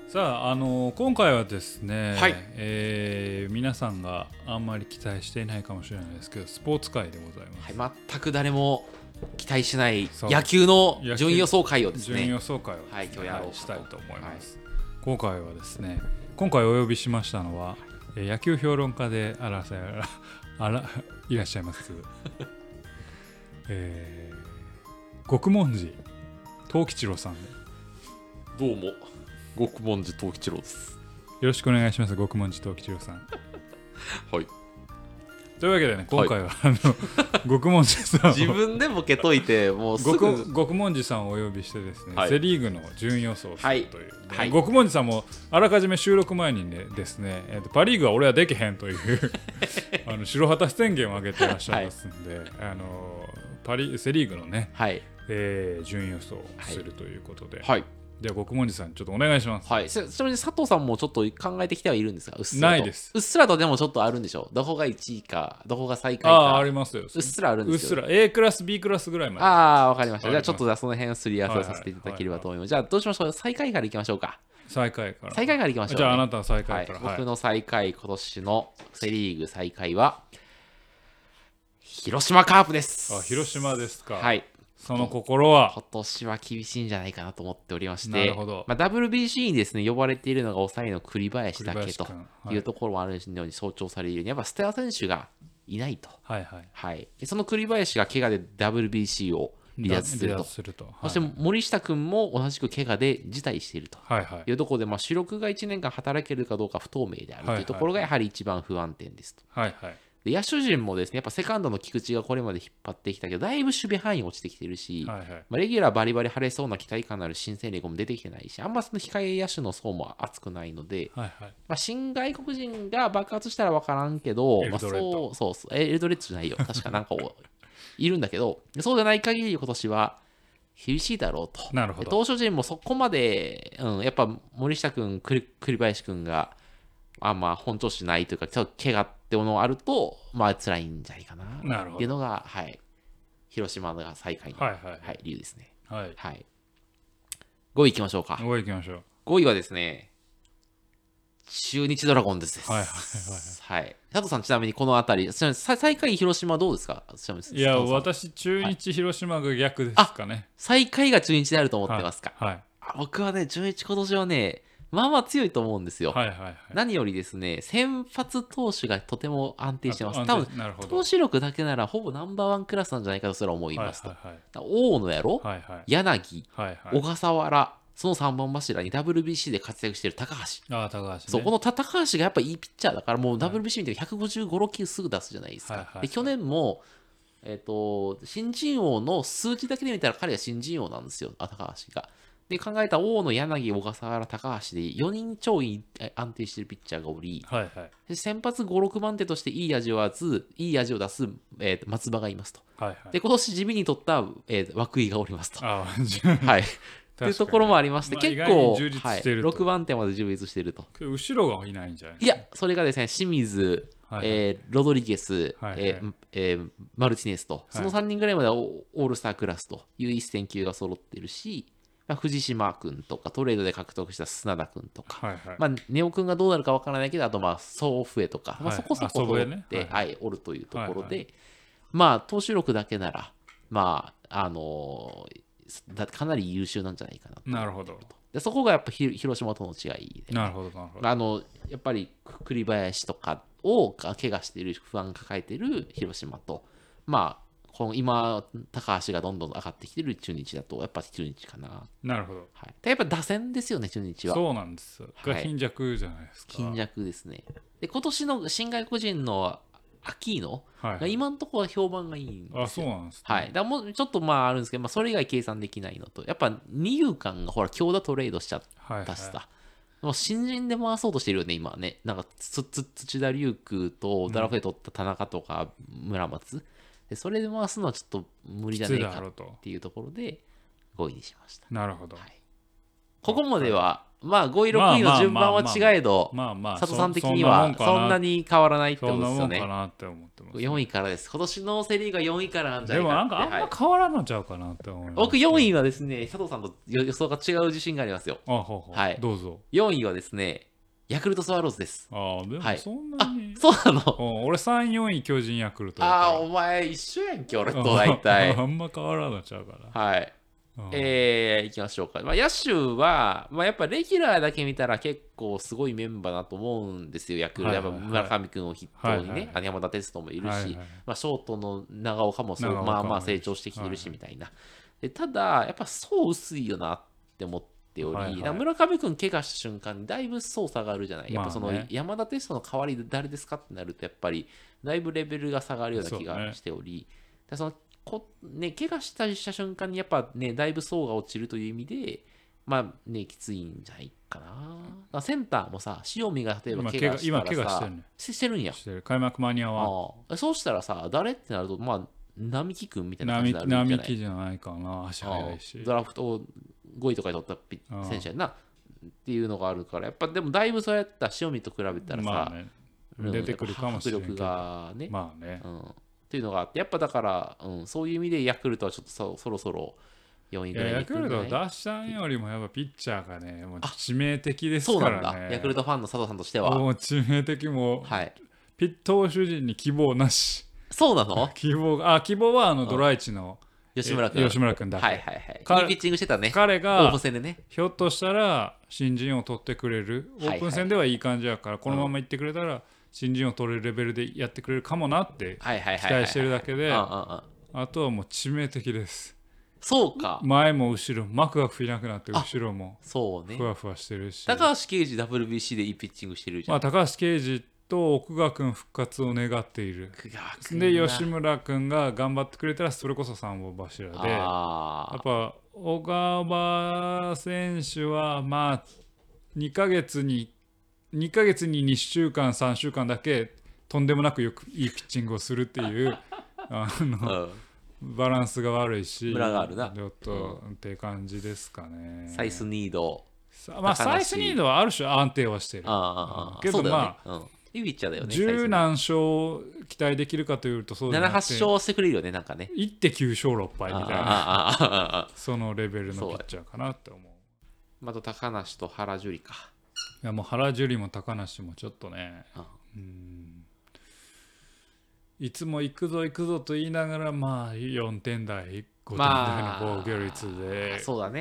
さあ、今回はですね、 はい皆さんがあんまり期待していないかもしれないですけど、スポーツ界でございます。 はい、全く誰も期待しないそう野球の順位予想会をです順位ね、 予想会をですね、 はい今日やろうとしたいと思います。今回はですね、今回お呼びしましたのは、野球評論家でいらっしゃいます、獄門寺藤吉郎さんで、 どうも獄門寺藤吉郎です。 よろしくお願いします。獄門寺藤吉郎さん。 はい、 というわけでね、今回は、獄門寺さんを自分でボケといてもうすぐ獄門寺さんをお呼びしてですね、 はいセリーグの順位予想をするという、 はい獄門寺さんもあらかじめ収録前にねですね、パ・リーグは俺はできへんという白旗宣言を上げてらっしゃいますんで、セリーグのね、 はい順位予想をするということで、 はいでは獄門寺さんちょっとお願いします。 はい、ちなみに佐藤さんもちょっと考えてきてはいるんですが、うっすらとないです。 うっすらとでもちょっとあるんでしょう。どこが1位かどこが最下位かありますよ。 うっすらあるんうっすですよ。 ら A クラス B クラスぐらいまで。 わかりました。 ありますじゃあちょっとその辺をすり合わせさせていただければと思います。じゃあどうしましょう。最下位からいきましょうか。 最下位から。 最下位からいきましょう、ね。 じゃああなたは最下位から。 はい、僕の最下位、今年のセ・リーグ最下位は広島カープです。 広島ですか。 はい。 その心は今年は厳しいんじゃないかなと思っておりまして、 なるほど、 WBC にですね呼ばれているのが抑えの栗林だけとはいいうところもあるように象徴されるように、やっぱステラ選手がいないと、 はいはい、 はい、でその栗林が怪我で WBC を離脱すると、 はい、 そして森下君も同じく怪我で辞退しているというところで、主力が1年間働けるかどうか不透明であるというところがやはり一番不安点ですと。 はいはい、 で野手陣もですね、やっぱセカンドの菊池がこれまで引っ張ってきたけど、だいぶ守備範囲落ちてきてるし、 はいはい、 レギュラーバリバリ晴れそうな期待感のある新戦力も出てきてないし、あんまその控え野手の層も厚くないので、 はいはい、 新外国人が爆発したら分からんけど、エルドレッドじゃないよ、確かなんかいるんだけど、そうじゃない限り今年は厳しいだろうと。 なるほど。 投手陣もそこまで、やっぱ森下君、栗林君が、本調子ないというか、ちょっと怪我ってものがあると、辛いんじゃないかなっていうのが、はい、広島が最下位の、理由ですね。 はい。 はい、5位いきましょうか。 5位いきましょう。 5位はですね、中日ドラゴンズです。 はいはいはい。 はい。佐藤さん、ちなみにこの辺り、最下位広島どうですか？ いや、私、中日広島が逆ですかね。 最下位が中日であると思ってますか？ はい。 僕はね、中日今年はね、強いと思うんですよ。 はいはいはい。 何よりですね、先発投手がとても安定してます。多分、投手力だけならほぼナンバーワンクラスなんじゃないかとすら思いますと。大野やろ、柳、小笠原、その3本柱に WBC で活躍している高橋。そう、この高橋がやっぱいいピッチャーだから、もう WBC 見て155、6球すぐ出すじゃないですか。で、去年も、新人王の数字だけで見たら彼は新人王なんですよ、高橋が。で考えた大野、柳、小笠原、高橋で4人超安定しているピッチャーがおり、で先発5、6番手としていい味を出す、松葉がいますと。で今年地味に取った、涌井がおりますと。はい。というところもありまして、結構、6番手まで充実していると。 後ろがいないんじゃないですか？いや、それがですね、清水、ロドリゲス、マルティネスと、その3人ぐらいまではオールスタークラスという一戦級が揃っているし、藤島君とかトレードで獲得した砂田君とか、ネオ君がどうなるかわからないけど、あとソーフエとか、そこそこ揃っておるというところで、投手力だけなら、かなり優秀なんじゃないかな。 なるほど。 でそこがやっぱ広島との違いで、 なるほど。 やっぱり栗林とかを怪我している、不安抱えている広島と、この今、高橋がどんどん上がってきてる中日だと、やっぱ中日かな。 なるほど。 やっぱ打線ですよね、中日は。 そうなんですよ。貧弱じゃないですか。 貧弱ですね。で、今年の新外国人のアキーノが今のところは評判がいいんですよ。 そうなんですね。 はい。だからもうちょっとあるんですけど、それ以外計算できないのと、やっぱ二遊間が強打トレードしちゃったしさ。もう新人で回そうとしてるよね、今はね。なんか土田龍空とドラフトで取った田中とか村松。でそれで回すのはちょっと無理じゃねえかっていうところで5位にしました。 なるほど。 ここまではまあ5位6位の順番は違えど、佐藤さん的にはそんなに変わらないってことですよね。 そんなもんかなって思ってます、ね。 4位からです。今年のセ・リーグが4位からなんじゃないかって。 でもなんかあんま変わらんのちゃうかなって思います。 僕4位はですね、佐藤さんと予想が違う自信がありますよ。 はい。どうぞ。 4位はですね、ヤクルトスワローズです。 でもそんなに。 そうなの。 俺3、4位巨人ヤクルト。 お前一緒やんけ、俺と大体。 あんま変わらんのちゃうかな。 はい。いきましょうか。野手は、やっぱレギュラーだけ見たら結構すごいメンバーだと思うんですよ、ヤクルト。やっぱ村上君を筆頭にね、山田哲人もいるし、ショートの長岡も成長してきてるしみたいな。ただ、やっぱ層薄いよなって思っており、村上君怪我した瞬間にだいぶ層差があるじゃない。やっぱその山田哲人の代わりで誰ですかってなると、やっぱりだいぶレベルが下がるような気がしており、その怪我した瞬間にやっぱね、だいぶ層が落ちるという意味で、きついんじゃないかな。センターもさ、塩見が例えば怪我したらさ、してるんや。 開幕間に合わん。そうしたらさ、誰ってなると、並木君みたいな感じになるんじゃない？ 並木じゃないかな、足速いし。 ドラフト5位とかに取った選手やなっていうのがあるから、やっぱでもだいぶそうやった塩見と比べたらさ、 出てくるかもしれない。 迫力がね。っていうのがあって、やっぱだから、そういう意味でヤクルトはちょっとそろそろ4位ぐらいにヤクルト打者よりもやっぱピッチャーがね、もう致命的ですからね。そうなんだ。 ヤクルトファンの佐藤さんとしては。 もう致命的も、ピッ投手陣に希望なし。 そうなの？ 希望はドライチの吉村君だけ。 いいピッチングしてたね。 彼がオープン戦でね、 ひょっとしたら新人を取ってくれる。オープン戦ではいい感じやから、このままいってくれたら新人を取れるレベルでやってくれるかもなって期待してるだけで、あとはもう致命的です。 そうか。 前も後ろマクが吹いなくなって後ろもふわふわしてるし、 高橋奎二 WBC でいいピッチングしてるじゃん。 高橋奎二と奥川君復活を願っている。で吉村君が頑張ってくれたらそれこそ3本柱で、やっぱ小川選手は2ヶ月に2週間3週間だけとんでもなくいいピッチングをするっていうバランスが悪いし、 ムラがあるな。 ちょっとって感じですかね。 サイスニード、 サイスニードはある種安定はしてるけど、 いいピッチャーだよね。 10何勝期待できるかというとそうじゃなくて 7、8勝してくれるよね、なんかね。 1.9勝6敗みたいなそのレベルのピッチャーかなって思う。 また高梨と原樹里か。 いやもう原樹里も高梨もちょっとね、いつも行くぞと言いながら4点台5点台の防御率で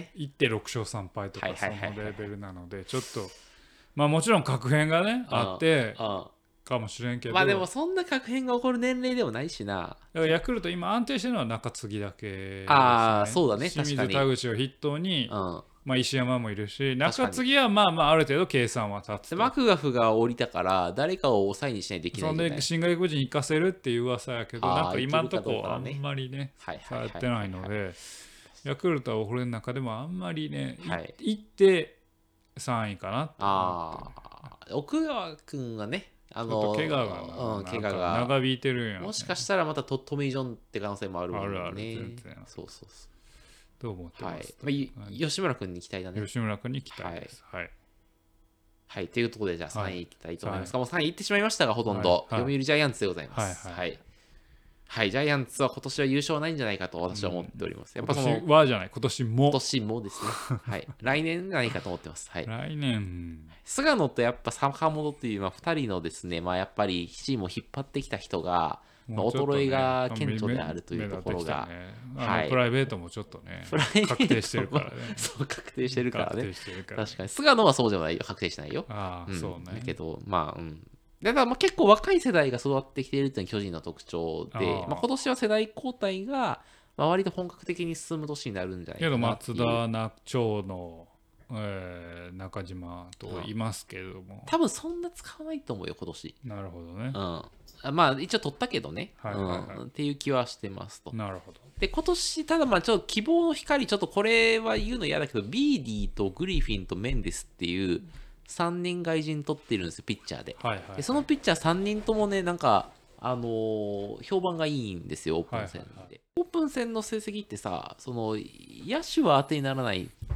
1.6 勝3敗とかそのレベルなので、ちょっともちろん確変がねあってかもしれんけど、 でもそんな確変が起こる年齢でもないしな。 だからヤクルト今安定してるのは中継ぎだけですね。 そうだね。 清水田口を筆頭に石山もいるし、中継ぎはある程度計算は立つ。 マクガフが降りたから誰かを抑えにしないといけない。 そんで新外国人行かせるっていう噂やけど、なんか今んとこあんまりねやってないので、ヤクルトは俺の中でもあんまりね行って3位かなって思って。 奥川君がね、 怪我が長引いてるんや、 もしかしたらまたトミー・ジョンって可能性もあるもんね。 ある全然。 そうどう思ってます？ 吉村君に期待だね。 吉村君に期待です。 はい、というところでじゃあ3位いきたいと思います。もう3位いってしまいましたが、ほとんど読売ジャイアンツでございます。はい、ジャイアンツは今年は優勝ないんじゃないかと私は思っております。 やっぱ今年はじゃない、今年もですね。はい、来年じゃないかと思ってます。はい、 来年。 菅野とやっぱ坂本っていう2人のですね、やっぱりチームを引っ張ってきた人が、衰えが顕著であるというところが、 プライベートもちょっとね、確定してるからね。 そう、確定してるからね。確かに。菅野はそうじゃないよ、確定してないよ。 そうね。 だけど、だから結構若い世代が育ってきているっていうのが巨人の特徴で、今年は世代交代が割と本格的に進む年になるんじゃないかな。けど松田長の中島といますけれども、 多分そんな使わないと思うよ今年。 なるほどね。 一応取ったけどね、っていう気はしてますと。 なるほど。 で今年ただちょっと希望の光、ちょっとこれは言うの嫌だけど、ビーディーとグリフィンとメンデスっていう3人外人取ってるんですよ、ピッチャーで。でそのピッチャー3人ともね、なんか評判がいいんですよ、オープン戦で。オープン戦の成績ってさ、その野手は当てにならない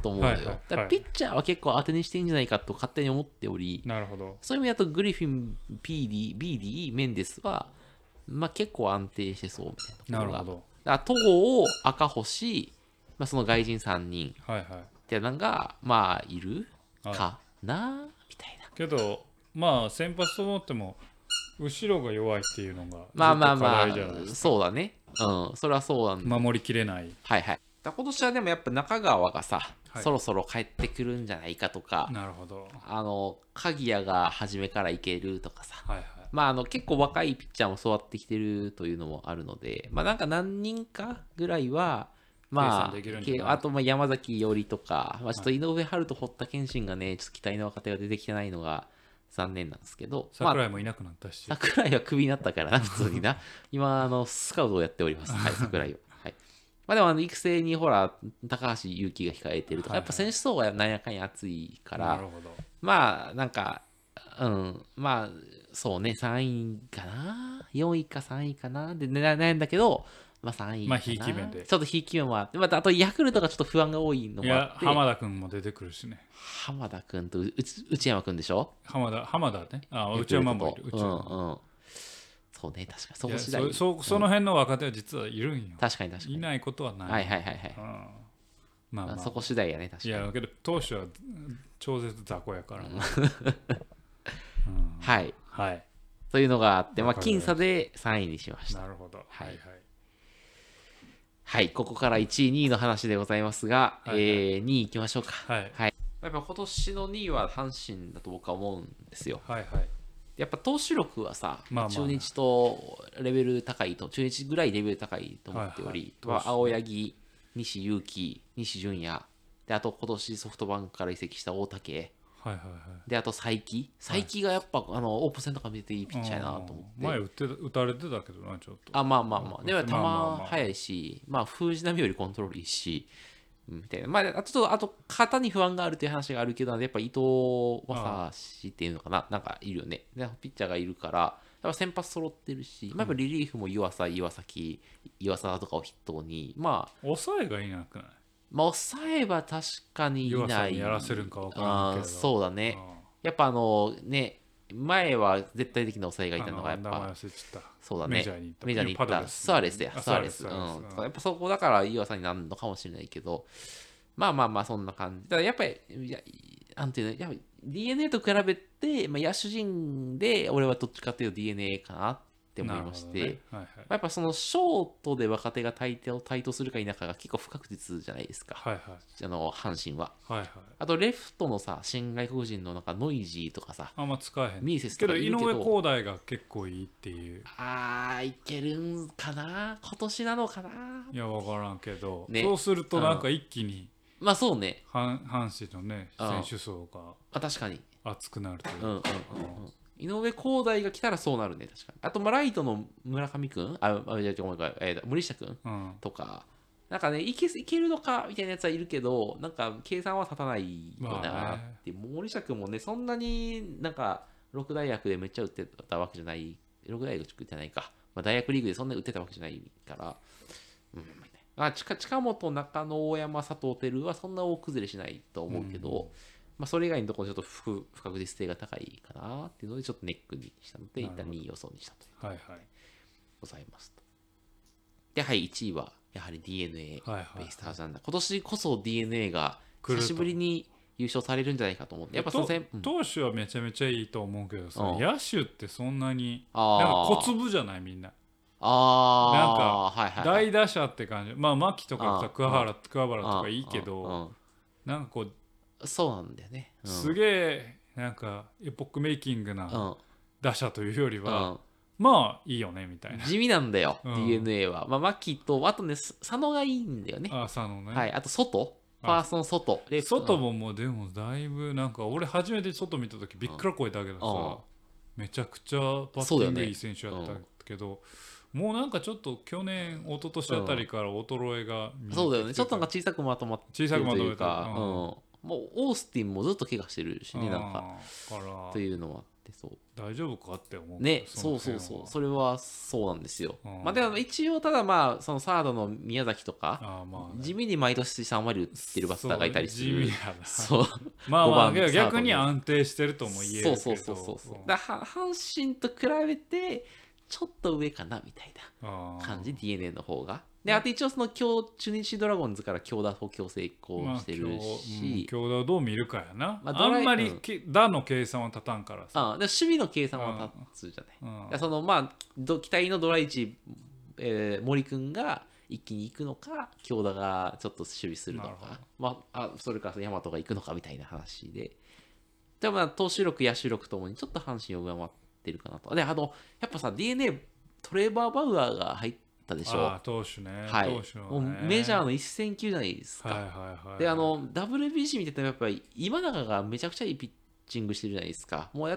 と思うのよ。だからピッチャーは結構当てにしていいんじゃないかと勝手に思っており、 なるほど。 そういう意味だとグリフィン、ビーディ、メンデスは、まあ結構安定してそうみたいな。 なるほど。 だから戸郷、赤星、まあ、その外人3人ってのが、まあいるかな、みたいな。 けど、まあ先発と思っても、後ろが弱いっていうのがまあまあまあ、そうだね。うん、それはそうなんだ。 守りきれない。 はいはい。今年はでもやっぱ中川がさ、そろそろ帰ってくるんじゃないかとか、 なるほど。 鍵谷が初めからいけるとかさ、 はいはい、 まあ結構若いピッチャーも育ってきてるというのもあるので、まあなんか何人かぐらいは、まあ、あとまあ山崎伊織とか、まあ、ちょっと井上春と堀田健信がね、ちょっと期待の若手が出てきてないのが残念なんですけど、 桜井もいなくなったし、 桜井はクビになったからな、普通にな。今、スカウトをやっております。はい、桜井は。はい。まあでも、育成にほら、高橋優輝が控えてるとか、やっぱ選手層がなんやかんや熱いから、まあ、なんか、まあ、そうね、3位かな、4位か3位かな、で、悩んだけど、まあ3位かな。まあ、 ひいき目で。 ちょっとひいき目もあって、また、あと、ヤクルトがちょっと不安が多いのもあって。 いや、浜田君も出てくるしね。 浜田君と内山君でしょ。 浜田ね。内山もいる。 そうね、確かに。そこ次第。 その辺の若手は実はいるんよ。 確かに確かに。 いないことはない。 はいはいはいはい。まあそこ次第やね、確かに。 いや、けど、投手は超絶雑魚やから。 はい。 はい。 というのがあって、まあ、僅差で3位にしました。 なるほど。はいはい。 はい、ここから1位、2位の話でございますが、2位いきましょうか。 はい。 やっぱ今年の2位は阪神だと僕は思うんですよ。 はいはい。 やっぱ投手力はさ、中日とレベル高いと、中日ぐらいレベル高いと思っており、青柳、西勇輝、西純也、で、あと今年ソフトバンクから移籍した大竹、で、あと才木がやっぱオープン戦とか見てていいピッチャーやなと思って。 前打たれてたけどな、ちょっと。 まあ。でも球速いし、まあ封じ波よりコントロールいいし、みたいな。まあ、あと、肩に不安があるという話があるけど、やっぱ伊藤正史っていうのかな、なんかいるよね。で、ピッチャーがいるから、やっぱ先発揃ってるし、まあ、やっぱリリーフも岩崎、岩佐とかを筆頭に、まあ。 抑えがいなくない？ まあ、抑えは確かにいない。 岩佐にやらせるんか分からんけど。 そうだね。やっぱね、前は絶対的な抑えがいたのがやっぱそうだね、メジャーに行ったスアレスやスアレス、やっぱそこだから岩佐になるのかもしれないけど、まあそんな感じだ。やっぱりなんていうの、やっぱ DNA と比べて、まあ、野手陣で俺はどっちかっていうと DNA かなって思いまして、やっぱそのショートで若手が台頭するか否かが結構不確実じゃないですか、阪神は、あとレフトのさ、新外国人のなんかノイジーとかさ、 あんま使えへんミーセスとかいるけど、 井上康大が結構いいっていう。 いけるんかな、今年なのかな。 いや分からんけど、そうするとなんか一気にまあそうね、 阪神のね選手層が確かに熱くなるという。 井上康大が来たらそうなるね、確かに。あとライトの村上君、森下君とか、なんかね、いけるのかみたいなやつはいるけど、なんか計算は立たないよなって、森下君もね、そんなになんか6大学でめっちゃ打ってたわけじゃない、6大学打ってないか、大学リーグでそんなに打ってたわけじゃないから、近本、中野、大山、佐藤輝はそんな大崩れしないと思うけど、それ以外のところちょっと不確実性が高いかなっていうので、ちょっとネックにしたので、一旦2位予想にしたというございますと。で、はい、1位はやはり DNA、ベイスターズなんだ。今年こそ DNA が久しぶりに優勝されるんじゃないかと思って、やっぱ投手はめちゃめちゃいいと思うけどさ、野手ってそんなになんか小粒じゃない、みんな。なんか大打者って感じ。牧とかさ、桑原とかいいけど、なんかこうそうなんだよね、 すげえなんかエポックメイキングな打者というよりは、まあいいよねみたいな。 地味なんだよ、DNA は。牧とあとね、佐野がいいんだよね。 佐野ね。 はい、あと外、ファーストの外ももうでもだいぶなんか、俺初めて外見た時びっくらこいたけどさ、めちゃくちゃバッティングいい選手やったけど、もうなんかちょっと去年一昨年あたりから衰えが見えてきて、 そうだよね、ちょっとなんか小さくまとまってるというか、もうオースティンもずっと怪我してるしね、なんかというのもあっってそう大丈夫かって思うね。そうそれはそうなんですよ。まあでも一応ただまあそのサードの宮崎とか、地味に毎年3割打ってるバッターがいたりする。そうまあまあ逆に安定してるとも言えるけど、 そうだ阪神と比べてちょっと上かなみたいな感じ、 DNA の方が。であと一応その今日中日ドラゴンズから強打補強成功してるし、 強打をどう見るかやな。あんまり打の計算は立たんからさ。 で守備の計算は立つじゃない。そのまあ期待のドラ1、森君が一気に行くのか、強打がちょっと守備するのか、それから大和が行くのかみたいな話で、でも投手力野手力ともにちょっと阪神を上回ってるかなと。でやっぱさ DNA トレーバー・バウアーが入ったでしょ。 投手ね。 はい。もうメジャーの一戦級じゃないですか。でWBC 見ててもやっぱり今永がめちゃくちゃいいピッチングしてるじゃないですか。もうだって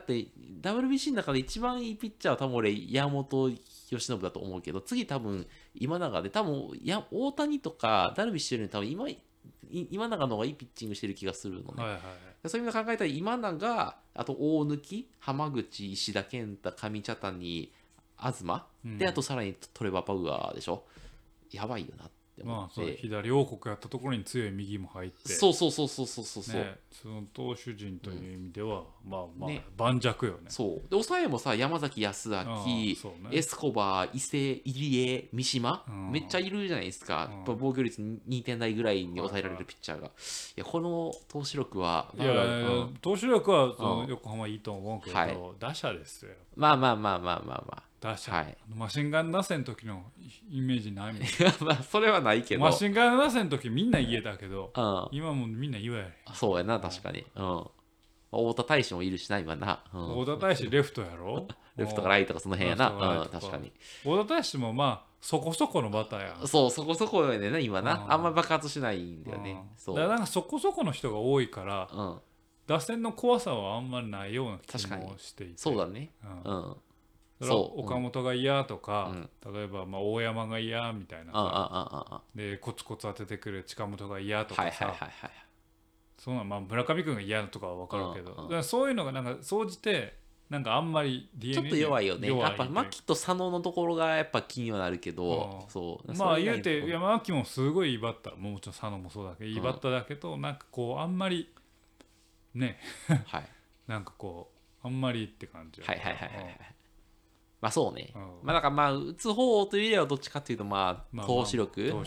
WBC の中で一番いいピッチャーは多分俺山本由伸だと思うけど、次多分今永で、多分大谷とかダルビッシュより多分今永の方がいいピッチングしてる気がするのね。そういう意味で考えたら今永、あと大貫、浜口、石田健太、上茶谷、東、であとさらにトレバー・パウアーでしょ。やばいよなって思って、 左王国やったところに強い右も入って、 そう、ね、 その投手陣という意味では、盤石よね。 そうで抑えもさ、山崎康明、エスコバー、伊勢、入江、三島、めっちゃいるじゃないですか。やっぱ防御率2点台ぐらいに抑えられるピッチャーが、いやこの投手力は、 投手力は横浜いいと思うけど、打者ですよ。 まあ打者、マシンガン打線の時のイメージないもん。 それはないけど、 マシンガン打線の時みんな言えたけど、今もみんな言わやれ。 そうやな、確かに。太田大使もいるしな今な。 太田大使レフトやろ。 レフトかライトかその辺やな。確かに。 太田大使もそこそこのバッターや。 そう、そこそこやねんな今な。あんまり爆発しないんだよね。 だからなんかそこそこの人が多いから、打線の怖さはあんまりないような気もしていて。 そうだね。 岡本が嫌とか、例えば大山が嫌みたいなさ、でコツコツ当ててくる近本が嫌とかさ、そんな村上君が嫌とかは分かるけど、だからそういうのがなんか総じてなんかあんまり DNA ちょっと弱いよね。やっぱ牧と佐野のところがやっぱ気にはなるけど、 言うて牧もすごいいいバッター、もちろん佐野もそうだけどいいバッターだけど、なんかこうあんまりねなんかこうあんまりって感じ。 そうね。だから打つ方というよりはどっちかっていうと投手力で、そう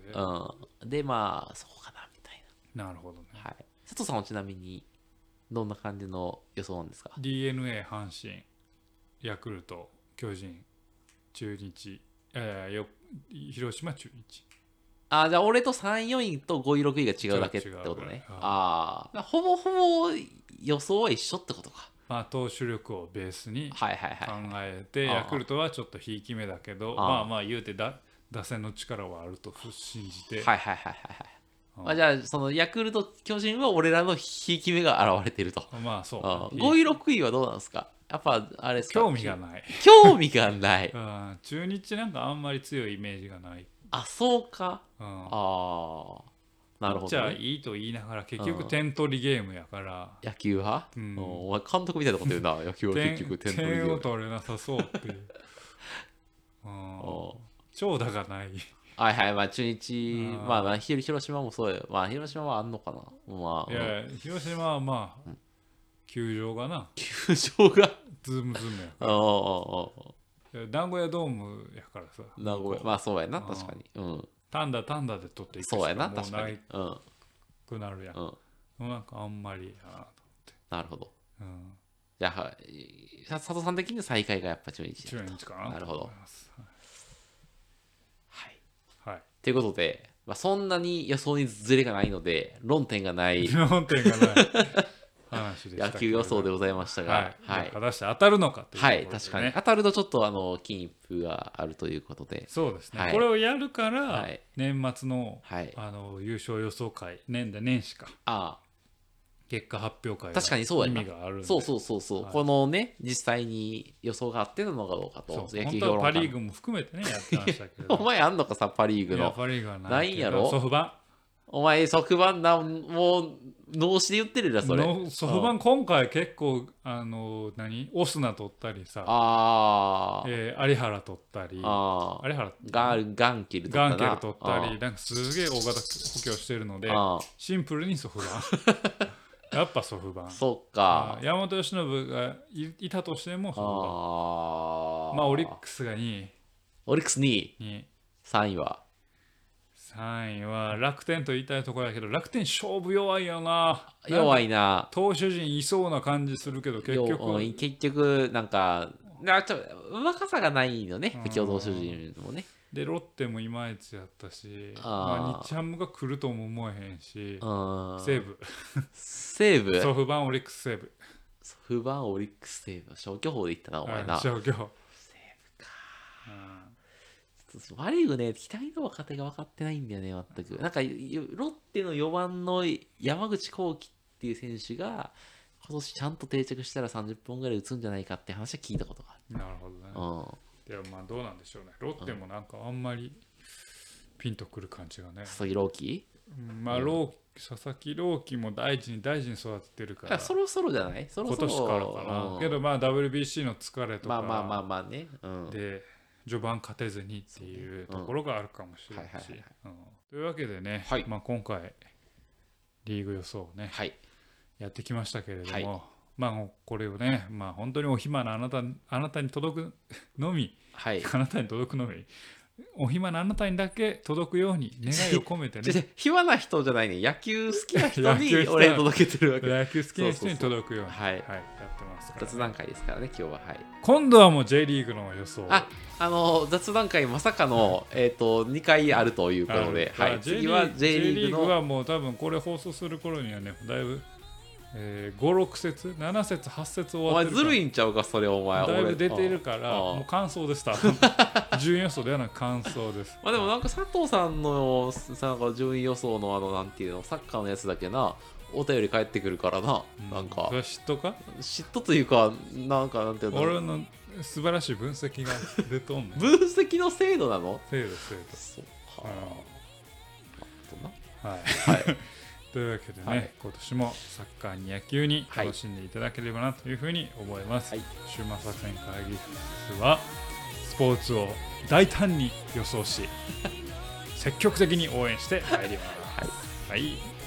かなみたいな。なるほどね。 佐藤さんはちなみにどんな感じの予想なんですか？ DNA、阪神、ヤクルト、巨人、中日、広島、中日。 じゃあ俺と3、4位と5位、6位が違うだけってことね。ほぼほぼ予想は一緒ってことか。 投手力をベースに考えて、ヤクルトはちょっとひいき目だけど、言うて打線の力はあると信じて。 じゃあそのヤクルト巨人は俺らのひいき目が現れてると。 そう。 5位6位はどうなんですか？やっぱあれですか？ 興味がない。 興味がない。 中日なんかあんまり強いイメージがない。 そうか。なるほど。 じゃあいいと言いながら結局点取りゲームやから。 野球派？お前監督みたいなこと言うな。野球は結局点取りゲーム。 点を取れなさそうっていう。長打がない。 中日、広島もそうよ。広島はあんのかな。 いや、広島は球場がな。 球場がズームズームやから。名古屋ドームやからさ。 名古屋、そうやな、確かに。 単打で取っていくしかもうないくなるやん。なんかあんまりやなと思って。 なるほど。じゃあ、佐藤さん的に最下位がやっぱ中日だと。中日かな。 なるほど。ということで、そんなに予想にずれがないので、論点がない話でした野球予想でございましたが、 果たして当たるのかというところで、 確かに当たるとちょっと金符があるということで、 そうですね、これをやるから、年末の、優勝予想会、年始か、結果発表会確かにそうやな。 意味があるんで、 そう、このね実際に予想があってのかどうかと、 本当はパ・リーグも含めてねやってましたけどお前あんのかさパ・リーグの。 パ・リーグはないんやろ。 ソフバンお前ソフトバンもう脳死で言ってるじゃんそれ。 ソフトバン今回結構オスナ取ったりさ、有原取ったり、有原ガンケル取ったり、なんかすげえ大型補強してるので、シンプルにソフトバン。やっぱソフトバン。 そっか。 山本由伸がいたとしてもソフトバン。まあオリックスが2位。 オリックス2位。3位は 3位は楽天と言いたいところだけど、楽天勝負弱いよな。 弱いな。 投手陣いそうな感じするけど、結局なんかちょっと若さがないのね、不況投手陣もね。 でロッテもいまいちやったし、日ハムが来るとも思えへんし、西武ソフトバンオリックス西武ソフトバンオリックス西武消去法で言ったなお前な。 消去法西武か。悪いよね、期待の若手が分かってないんだよね全く。なんかロッテの4番の山口航輝っていう選手が今年ちゃんと定着したら30本ぐらい打つんじゃないかって話は聞いたことがある。 なるほどね。でもまあどうなんでしょうね。ロッテもなんかあんまりピンとくる感じがね。 佐々木朗希？ まあ佐々木朗希も大事に育ててるから。 そろそろじゃない？今年からかな。けどまあ WBC の疲れとか。 まあね。 で序盤勝てずにっていうところがあるかもしれないし。というわけでね、まあ今回リーグ予想をね、やってきましたけれども。まあこれをね、まあ本当にお暇なあなたに届くのみ、あなたに届くのみ、お暇なあなたにだけ届くように願いを込めてね。 暇な人じゃないね、野球好きな人に俺届けてるわけ。 野球好きな人に届くようにやってますから。 雑談会ですからね、今日は。 今度はもう J リーグの予想。 雑談会まさかの2回あるということで、次は J リーグはもう多分これ放送する頃にはね、だいぶ5、6節、7節、8節終わってる。 お前ずるいんちゃうか、それお前。 だいぶ出てるから、もう感想です、多分。順位予想ではなく感想です。 まあでもなんか佐藤さんの順位予想のなんていうの、サッカーのやつだけな、お便り返ってくるからな。なんか。 嫉妬か？ 嫉妬というか、なんていうの。 俺の素晴らしい分析が出とんねん。 分析の精度なの？ 精度。 そうか。 はい。というわけでね、今年もサッカーに野球に楽しんでいただければなというふうに思います。週末作戦会議室はスポーツを大胆に予想し積極的に応援してまいります。